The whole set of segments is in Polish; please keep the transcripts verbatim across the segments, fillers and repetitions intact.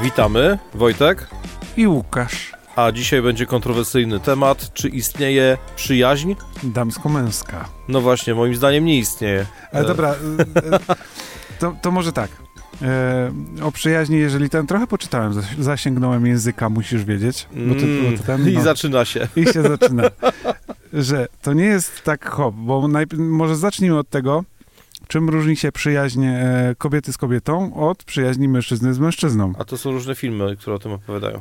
Witamy, Wojtek i Łukasz. A dzisiaj będzie kontrowersyjny temat. Czy istnieje przyjaźń damsko-męska? No właśnie, moim zdaniem nie istnieje. Ale dobra, to, to może tak. E, o przyjaźni, jeżeli ten trochę poczytałem, zasięgnąłem języka, musisz wiedzieć. Bo to, mm, bo to ten, I no, zaczyna się. I się zaczyna. Że to nie jest tak hop, bo najp- może zacznijmy od tego, czym różni się przyjaźń e, kobiety z kobietą od przyjaźni mężczyzny z mężczyzną. A to są różne filmy, które o tym opowiadają.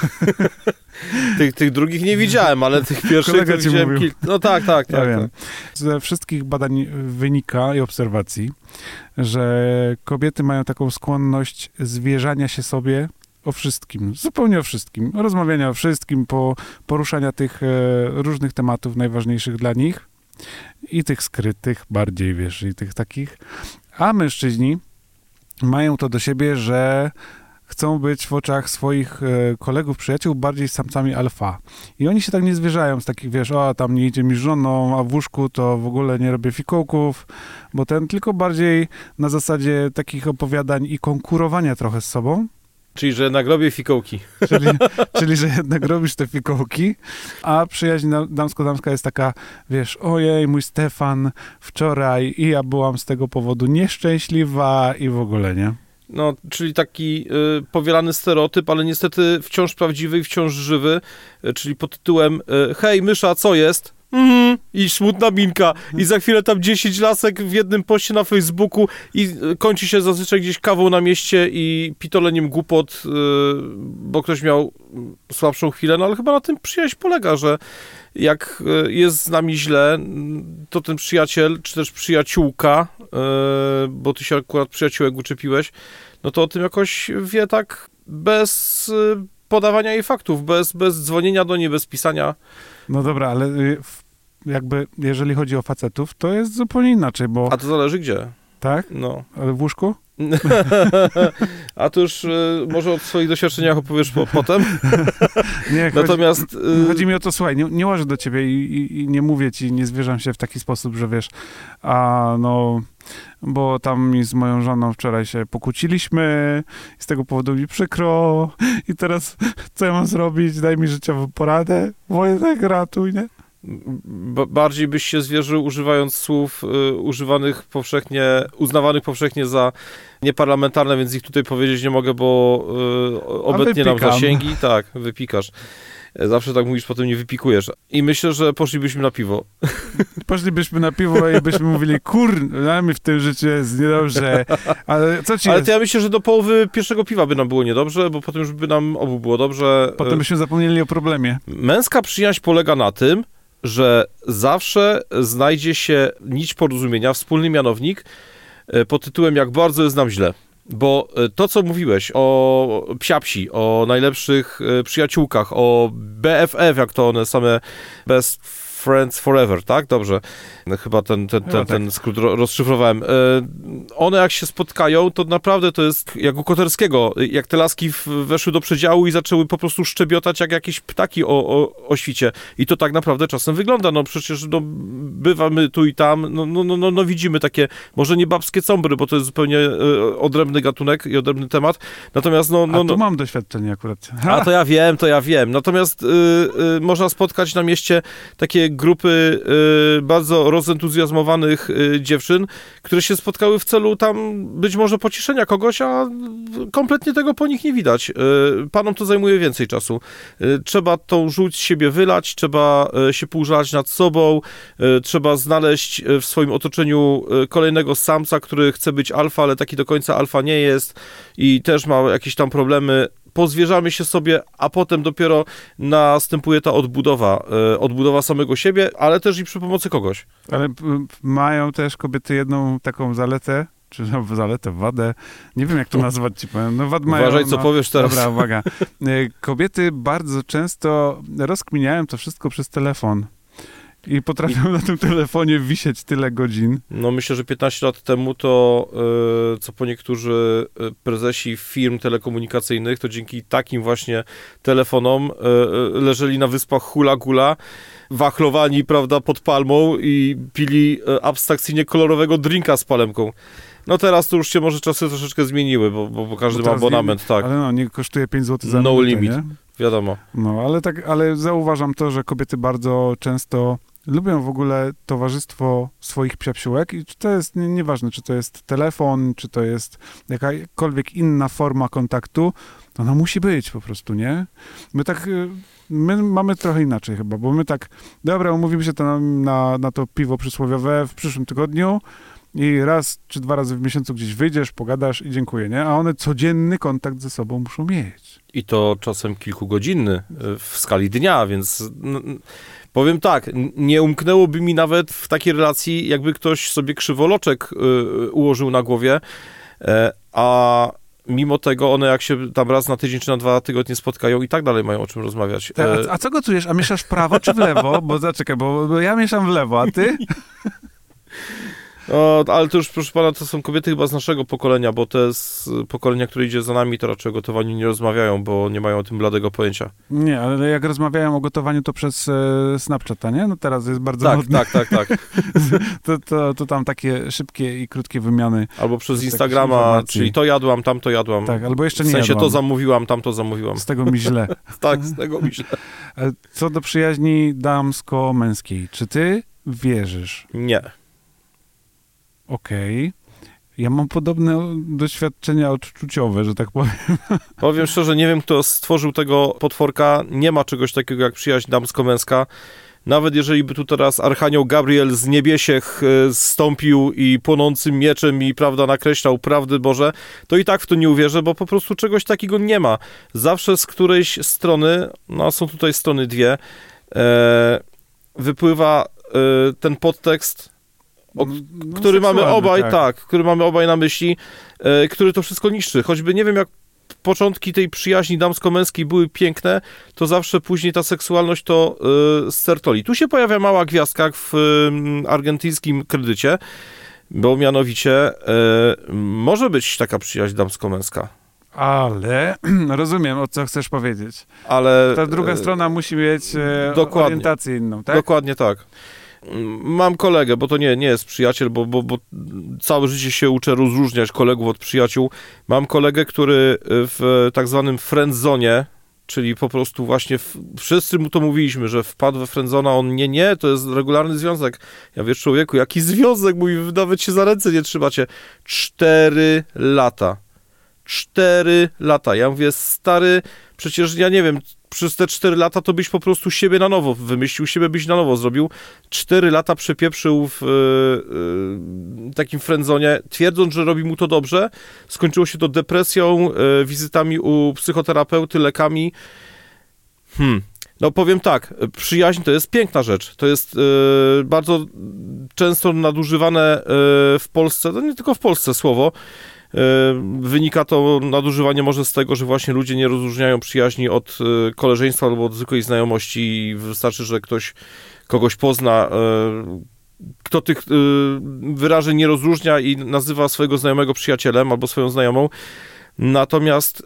tych, tych drugich nie widziałem, ale tych pierwszych Kolega to ci widziałem mówił. kilka. No tak, tak, Ja tak, wiem. tak. Ze wszystkich badań wynika i obserwacji, że kobiety mają taką skłonność zwierzania się sobie o wszystkim, zupełnie o wszystkim, rozmawiania o wszystkim, po, poruszania tych e, różnych tematów najważniejszych dla nich i tych skrytych bardziej, wiesz, i tych takich. A mężczyźni mają to do siebie, że chcą być w oczach swoich e, kolegów, przyjaciół bardziej samcami alfa. I oni się tak nie zwierzają z takich, wiesz, o, tam nie idzie mi z żoną, a w łóżku to w ogóle nie robię fikołków, bo ten tylko bardziej na zasadzie takich opowiadań i konkurowania trochę z sobą. Czyli, że na grobie fikołki. Czyli, czyli, że jednak robisz te fikołki, a przyjaźń damsko-damska jest taka, wiesz, ojej, mój Stefan wczoraj i ja byłam z tego powodu nieszczęśliwa i w ogóle, nie? No, czyli taki y, powielany stereotyp, ale niestety wciąż prawdziwy i wciąż żywy, y, czyli pod tytułem y, hej, mysza, co jest? Mhm. I smutna minka. I za chwilę tam dziesięć lasek w jednym poście na Facebooku i y, kończy się zazwyczaj gdzieś kawą na mieście i pitoleniem głupot, y, bo ktoś miał słabszą chwilę, no ale chyba na tym przyjaźń polega, że jak y, jest z nami źle, to ten przyjaciel, czy też przyjaciółka, y, bo ty się akurat przyjaciółek uczepiłeś, no to o tym jakoś wie tak bez y, podawania jej faktów, bez, bez dzwonienia do niej, bez pisania. No dobra, ale jakby jeżeli chodzi o facetów, to jest zupełnie inaczej, bo... A to zależy gdzie. Tak? No. Ale w łóżku? A to już y, może o swoich doświadczeniach opowiesz po, potem. Nie, Natomiast... Chodzi, y... chodzi mi o to, słuchaj, nie, nie łażę do ciebie i, i, i nie mówię ci, nie zwierzam się w taki sposób, że wiesz, a no... bo tam mi z moją żoną wczoraj się pokłóciliśmy i z tego powodu mi przykro i teraz co ja mam zrobić? Daj mi życiową poradę. Wojtek, ratuj, nie? B- bardziej byś się zwierzył używając słów y, używanych powszechnie, uznawanych powszechnie za nieparlamentarne, więc ich tutaj powiedzieć nie mogę, bo y, obetnie nam zasięgi. Tak, wypikasz. Zawsze tak mówisz, potem nie wypikujesz. I myślę, że poszlibyśmy na piwo. Poszlibyśmy na piwo i byśmy mówili, kurna, mi w tym życiu jest niedobrze. Ale co ci Ale jest? to ja myślę, że do połowy pierwszego piwa by nam było niedobrze, bo potem już by nam obu było dobrze. Potem byśmy zapomnieli o problemie. Męska przyjaźń polega na tym, że zawsze znajdzie się nić porozumienia, wspólny mianownik pod tytułem jak bardzo jest nam źle. Bo to, co mówiłeś o psiapsi, o najlepszych przyjaciółkach, o B F F, jak to one same Best Friends Forever, tak? Dobrze. Chyba ten, ten, ten, ten skrót rozszyfrowałem. One jak się spotkają, to naprawdę to jest jak u Koterskiego, jak te laski weszły do przedziału i zaczęły po prostu szczebiotać jak jakieś ptaki o, o, o świcie. I to tak naprawdę czasem wygląda. No przecież no, bywamy tu i tam, no, no, no, no, no widzimy takie, może nie babskie combry, bo to jest zupełnie e, odrębny gatunek i odrębny temat. Natomiast no... no A tu no, mam doświadczenie akurat. A to ja wiem, to ja wiem. Natomiast y, y, można spotkać na mieście takie grupy y, bardzo rozentuzjazmowanych y, dziewczyn, które się spotkały w celu tam być może pocieszenia kogoś, a kompletnie tego po nich nie widać. Y, panom to zajmuje więcej czasu. Y, trzeba tą żółć z siebie wylać, trzeba y, się półżalać nad sobą, y, trzeba znaleźć w swoim otoczeniu y, kolejnego samca, który chce być alfa, ale taki do końca alfa nie jest i też ma jakieś tam problemy. Pozwierzamy się sobie, a potem dopiero następuje ta odbudowa, y, odbudowa samego siebie, ale też i przy pomocy kogoś. Ale p- mają też kobiety jedną taką zaletę, czy no, zaletę, wadę, nie wiem jak to nazwać ci powiem. No, wad mają, Uważaj, co no, powiesz teraz. Dobra, uwaga. Kobiety bardzo często rozkminiają to wszystko przez telefon. i potrafią na tym telefonie wisieć tyle godzin. No myślę, że piętnaście lat temu to, yy, co po niektórzy yy, prezesi firm telekomunikacyjnych, to dzięki takim właśnie telefonom yy, leżeli na wyspach hula gula, wachlowani, prawda, pod palmą i pili yy, abstrakcyjnie kolorowego drinka z palemką. No teraz to już się może czasy troszeczkę zmieniły, bo, bo, bo każdy bo ma abonament, nie, tak. Ale no, nie kosztuje pięć złotych za no minutę, limit, nie? Wiadomo. No, ale tak, ale zauważam to, że kobiety bardzo często lubią w ogóle towarzystwo swoich psiapsiółek i czy to jest, nie, nieważne, czy to jest telefon, czy to jest jakakolwiek inna forma kontaktu, to ona musi być po prostu, nie? My tak, my mamy trochę inaczej chyba, bo my tak, dobra, umówimy się to na, na, na to piwo przysłowiowe w przyszłym tygodniu, i raz czy dwa razy w miesiącu gdzieś wyjdziesz, pogadasz i dziękuję, nie? A one codzienny kontakt ze sobą muszą mieć. I to czasem kilkugodzinny w skali dnia, więc no, powiem tak, nie umknęłoby mi nawet w takiej relacji, jakby ktoś sobie krzywoloczek y, ułożył na głowie, y, a mimo tego one jak się tam raz na tydzień czy na dwa tygodnie spotkają i tak dalej mają o czym rozmawiać. Ta, a, a co gotujesz? A mieszasz w prawo czy w lewo? Bo zaczekaj, bo, bo ja mieszam w lewo, a ty? No, ale to już, proszę pana, to są kobiety chyba z naszego pokolenia, bo te z pokolenia, które idzie za nami, to raczej o gotowaniu nie rozmawiają, bo nie mają o tym bladego pojęcia. Nie, ale jak rozmawiają o gotowaniu, to przez e, Snapchata, nie? No teraz jest bardzo tak, modne. Tak, tak, tak. to, to, to tam takie szybkie i krótkie wymiany. Albo przez Instagrama, czyli to jadłam, tam to jadłam. Tak, albo jeszcze nie W sensie jadłam. to zamówiłam, tam to zamówiłam. Z tego mi źle. tak, z tego mi źle. Co do przyjaźni damsko-męskiej, czy ty wierzysz? Nie. Okej. Okay. Ja mam podobne doświadczenia odczuciowe, że tak powiem. Powiem szczerze, nie wiem, kto stworzył tego potworka. Nie ma czegoś takiego jak przyjaźń damsko-męska. Nawet jeżeli by tu teraz Archanioł Gabriel z niebiesiech zstąpił i płonącym mieczem i, prawda, nakreślał prawdy Boże, to i tak w to nie uwierzę, bo po prostu czegoś takiego nie ma. Zawsze z którejś strony, no są tutaj strony dwie, e, wypływa e, ten podtekst, O, no, który mamy obaj, tak. tak, który mamy obaj na myśli, e, który to wszystko niszczy. Choćby nie wiem, jak początki tej przyjaźni damsko-męskiej były piękne, to zawsze później ta seksualność to e, stertoli. Tu się pojawia mała gwiazdka jak w e, argentyńskim kredycie, bo mianowicie e, może być taka przyjaźń damsko-męska. Ale rozumiem, o co chcesz powiedzieć. Ale ta druga e, strona musi mieć e, orientację inną, tak? Dokładnie tak. Mam kolegę, bo to nie, nie jest przyjaciel, bo, bo, bo całe życie się uczę rozróżniać kolegów od przyjaciół. Mam kolegę, który w tak zwanym friendzone, czyli po prostu właśnie w, wszyscy mu to mówiliśmy, że wpadł we friendzona, on nie, nie, to jest regularny związek. Ja wiesz, człowieku, jaki związek? Mówi, nawet się za ręce nie trzymacie. Cztery lata. Cztery lata. Ja mówię, stary, przecież ja nie wiem, przez te cztery lata to byś po prostu siebie na nowo wymyślił, siebie byś na nowo zrobił. Cztery lata przepieprzył w yy, yy, takim friendzonie, twierdząc, że robi mu to dobrze. Skończyło się to depresją, yy, wizytami u psychoterapeuty, lekami. Hmm. No powiem tak, przyjaźń to jest piękna rzecz. To jest yy, bardzo często nadużywane yy, w Polsce, no nie tylko w Polsce słowo. Wynika to nadużywanie może z tego, że właśnie ludzie nie rozróżniają przyjaźni od koleżeństwa albo od zwykłej znajomości i wystarczy, że ktoś kogoś pozna, kto tych wyrażeń nie rozróżnia i nazywa swojego znajomego przyjacielem albo swoją znajomą. Natomiast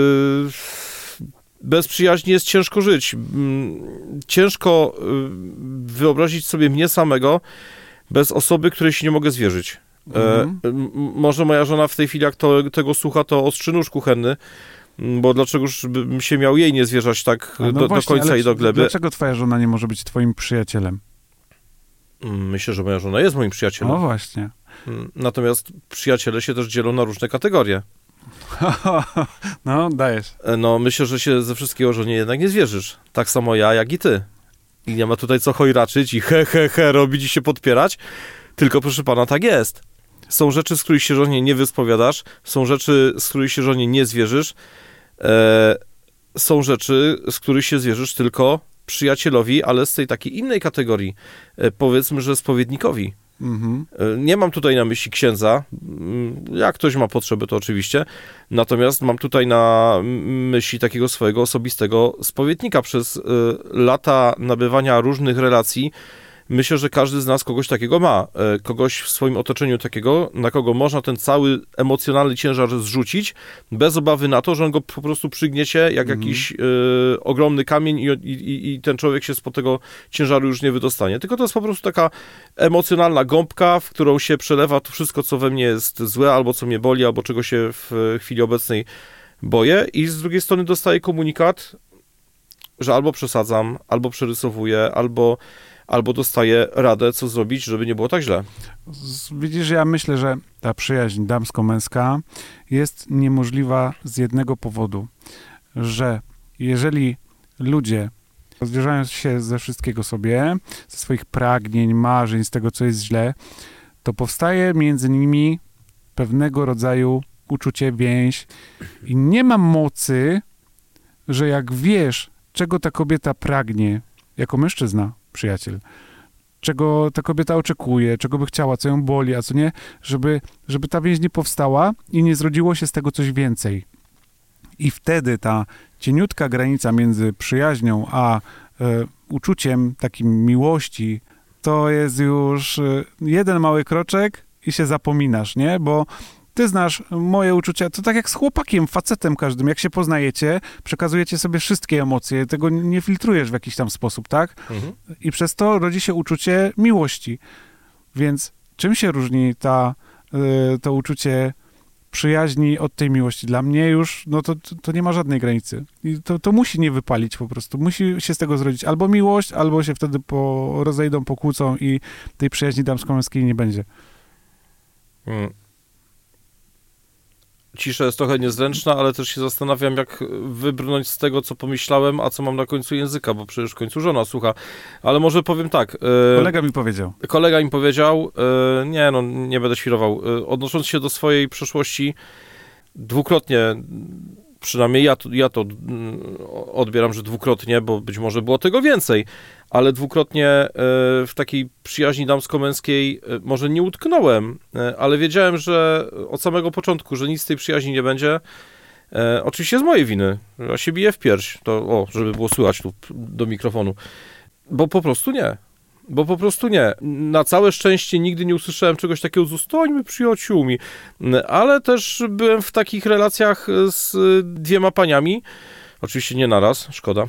bez przyjaźni jest ciężko żyć. Ciężko wyobrazić sobie mnie samego bez osoby, której się nie mogę zwierzyć. Mhm. E, może moja żona w tej chwili, jak to, tego słucha, to ostrzy nóż kuchenny, bo dlaczegoż bym się miał jej nie zwierzać tak no do, właśnie, do końca i do gleby. Dlaczego twoja żona nie może być twoim przyjacielem? Myślę, że moja żona jest moim przyjacielem. No właśnie. Natomiast przyjaciele się też dzielą na różne kategorie. No, dajesz. No, myślę, że się ze wszystkiego żonie jednak nie zwierzysz. Tak samo ja, jak i ty. I nie ma tutaj co chojraczyć i he, he, he robić i się podpierać. Tylko, proszę pana, tak jest. Są rzeczy, z których się żonie nie wyspowiadasz, są rzeczy, z których się żonie nie zwierzysz, e, są rzeczy, z których się zwierzysz tylko przyjacielowi, ale z tej takiej innej kategorii, e, powiedzmy, że spowiednikowi. Mhm. E, nie mam tutaj na myśli księdza, jak ktoś ma potrzeby, to oczywiście, natomiast mam tutaj na myśli takiego swojego osobistego spowiednika. Przez e, lata nabywania różnych relacji myślę, że każdy z nas kogoś takiego ma. Kogoś w swoim otoczeniu takiego, na kogo można ten cały emocjonalny ciężar zrzucić, bez obawy na to, że on go po prostu przygniecie jak mm. jakiś y, ogromny kamień i, i, i ten człowiek się spod tego ciężaru już nie wydostanie. Tylko to jest po prostu taka emocjonalna gąbka, w którą się przelewa to wszystko, co we mnie jest złe, albo co mnie boli, albo czego się w chwili obecnej boję. I z drugiej strony dostaję komunikat, że albo przesadzam, albo przerysowuję, albo, albo dostaję radę, co zrobić, żeby nie było tak źle. Widzisz, ja myślę, że ta przyjaźń damsko-męska jest niemożliwa z jednego powodu, że jeżeli ludzie zwierzają się ze wszystkiego sobie, ze swoich pragnień, marzeń, z tego, co jest źle, to powstaje między nimi pewnego rodzaju uczucie, więź i nie ma mocy, że jak wiesz, czego ta kobieta pragnie, jako mężczyzna, przyjaciel, czego ta kobieta oczekuje, czego by chciała, co ją boli, a co nie, żeby, żeby ta więź nie powstała i nie zrodziło się z tego coś więcej. I wtedy ta cieniutka granica między przyjaźnią a e, uczuciem takim miłości, to jest już e, jeden mały kroczek i się zapominasz, nie? Bo ty znasz moje uczucia, to tak jak z chłopakiem, facetem każdym, jak się poznajecie, przekazujecie sobie wszystkie emocje, tego nie filtrujesz w jakiś tam sposób, tak? Mhm. I przez to rodzi się uczucie miłości. Więc czym się różni ta, y, to uczucie przyjaźni od tej miłości? Dla mnie już, no to, to nie ma żadnej granicy. I to, to musi nie wypalić po prostu. Musi się z tego zrodzić albo miłość, albo się wtedy po, rozejdą, pokłócą i tej przyjaźni damsko-męskiej nie będzie. Hmm. Cisza jest trochę niezręczna, ale też się zastanawiam, jak wybrnąć z tego, co pomyślałem, a co mam na końcu języka, bo przecież w końcu żona słucha. Ale może powiem tak. E, kolega mi powiedział. Kolega mi powiedział, e, nie no, nie będę świrował. E, odnosząc się do swojej przeszłości, dwukrotnie, przynajmniej ja to, ja to odbieram, że dwukrotnie, bo być może było tego więcej, ale dwukrotnie e, w takiej przyjaźni damsko-męskiej e, może nie utknąłem, e, ale wiedziałem, że od samego początku, że nic z tej przyjaźni nie będzie. E, oczywiście z mojej winy. Ja się biję w pierś, to o, żeby było słychać tu do mikrofonu. Bo po prostu nie. Bo po prostu nie. Na całe szczęście nigdy nie usłyszałem czegoś takiego, zostańmy przyjaciółmi. Ale też byłem w takich relacjach z dwiema paniami, oczywiście nie naraz, szkoda,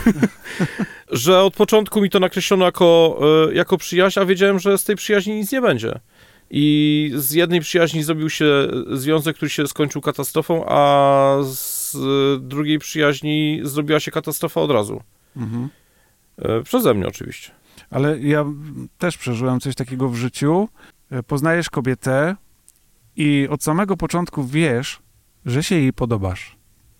że od początku mi to nakreślono jako, jako przyjaźń, a wiedziałem, że z tej przyjaźni nic nie będzie. I z jednej przyjaźni zrobił się związek, który się skończył katastrofą, a z drugiej przyjaźni zrobiła się katastrofa od razu. Mhm. Przeze mnie oczywiście. Ale ja też przeżyłem coś takiego w życiu. Poznajesz kobietę i od samego początku wiesz, że się jej podobasz.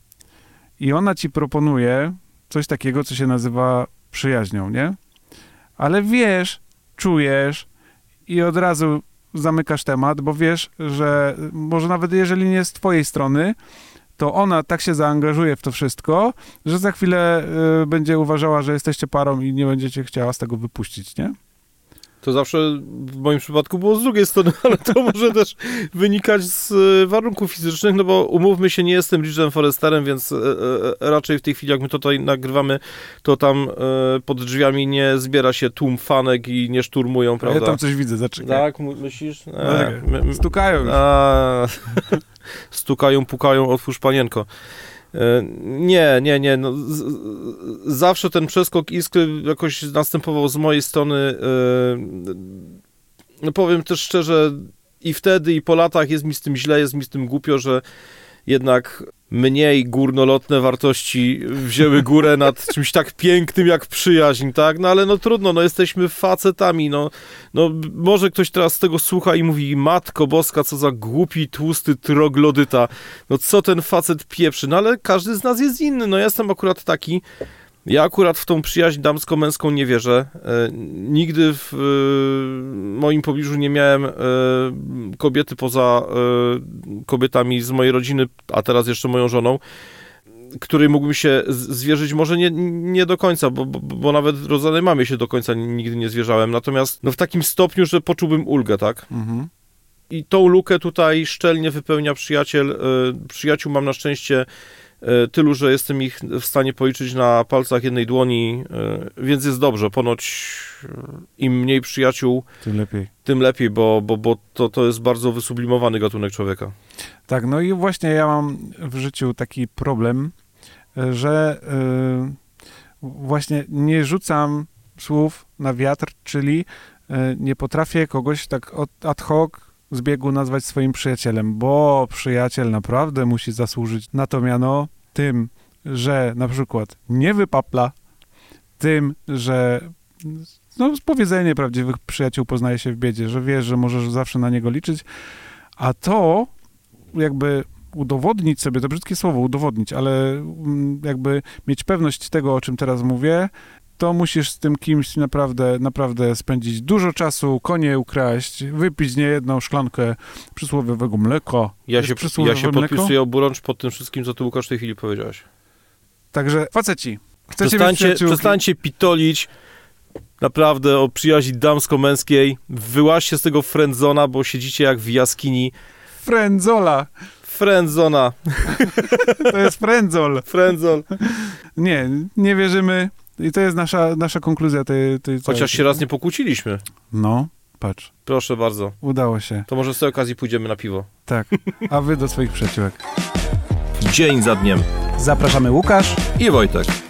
I ona ci proponuje coś takiego, co się nazywa przyjaźnią, nie? Ale wiesz, czujesz i od razu zamykasz temat, bo wiesz, że może nawet jeżeli nie z twojej strony, to ona tak się zaangażuje w to wszystko, że za chwilę y, będzie uważała, że jesteście parą i nie będziecie chciała z tego wypuścić, nie? To zawsze w moim przypadku było z drugiej strony, ale to może też wynikać z warunków fizycznych, no bo umówmy się, nie jestem Ridge'em Forresterem, więc e, e, raczej w tej chwili, jak my to tutaj nagrywamy, to tam e, pod drzwiami nie zbiera się tłum fanek i nie szturmują, prawda? A ja tam coś widzę, zaczekaj. Tak, myślisz? E, my, Stukają już. A, stukają, pukają, otwórz panienko. Nie, nie, nie. No, z, z, zawsze ten przeskok iskry jakoś następował z mojej strony. No powiem też szczerze, i wtedy, i po latach jest mi z tym źle, jest mi z tym głupio, że jednak mniej górnolotne wartości wzięły górę nad czymś tak pięknym jak przyjaźń, tak? No ale no trudno, no jesteśmy facetami, no, no może ktoś teraz z tego słucha i mówi, matko boska, co za głupi, tłusty troglodyta, no co ten facet pieprzy, no ale każdy z nas jest inny, no ja jestem akurat taki, ja akurat w tą przyjaźń damsko-męską nie wierzę. E, nigdy w e, moim pobliżu nie miałem e, kobiety poza e, kobietami z mojej rodziny, a teraz jeszcze moją żoną, której mógłbym się zwierzyć, może nie, nie do końca, bo, bo, bo nawet rodzonej mamie się do końca nigdy nie zwierzałem, natomiast no, w takim stopniu, że poczułbym ulgę, tak? Mhm. I tą lukę tutaj szczelnie wypełnia przyjaciel. E, przyjaciół mam na szczęście e, tylu, że jestem ich w stanie policzyć na palcach jednej dłoni, e, więc jest dobrze. Ponoć e, im mniej przyjaciół, tym lepiej. Tym lepiej, bo, bo, bo to, to jest bardzo wysublimowany gatunek człowieka. Tak, no i właśnie ja mam w życiu taki problem, że yy, właśnie nie rzucam słów na wiatr, czyli yy, nie potrafię kogoś tak od, ad hoc z biegu nazwać swoim przyjacielem, bo przyjaciel naprawdę musi zasłużyć na to miano tym, że na przykład nie wypapla, tym, że no, powiedzenie prawdziwych przyjaciół poznaje się w biedzie, że wiesz, że możesz zawsze na niego liczyć, a to jakby udowodnić sobie, to brzydkie słowo, udowodnić, ale jakby mieć pewność tego, o czym teraz mówię, to musisz z tym kimś naprawdę, naprawdę spędzić dużo czasu, konie ukraść, wypić niejedną szklankę przysłowiowego mleka. Ja się, ja się podpisuję oburącz pod tym wszystkim, co ty, Łukasz, w tej chwili powiedziałeś. Także faceci, chcecie przestańcie, mieć przestańcie pitolić naprawdę o przyjaźni damsko-męskiej. Wyłaźcie z tego friendzona, bo siedzicie jak w jaskini. Frendzola. Friendzona. To jest frędzol. Frędzol. Nie, nie wierzymy. I to jest nasza, nasza konkluzja tej, tej Chociaż całej... się raz nie pokłóciliśmy. No, patrz. Proszę bardzo. Udało się. To może z tej okazji pójdziemy na piwo. Tak. A wy do swoich przyjaciółek. Dzień za dniem. Zapraszamy Łukasz i Wojtek.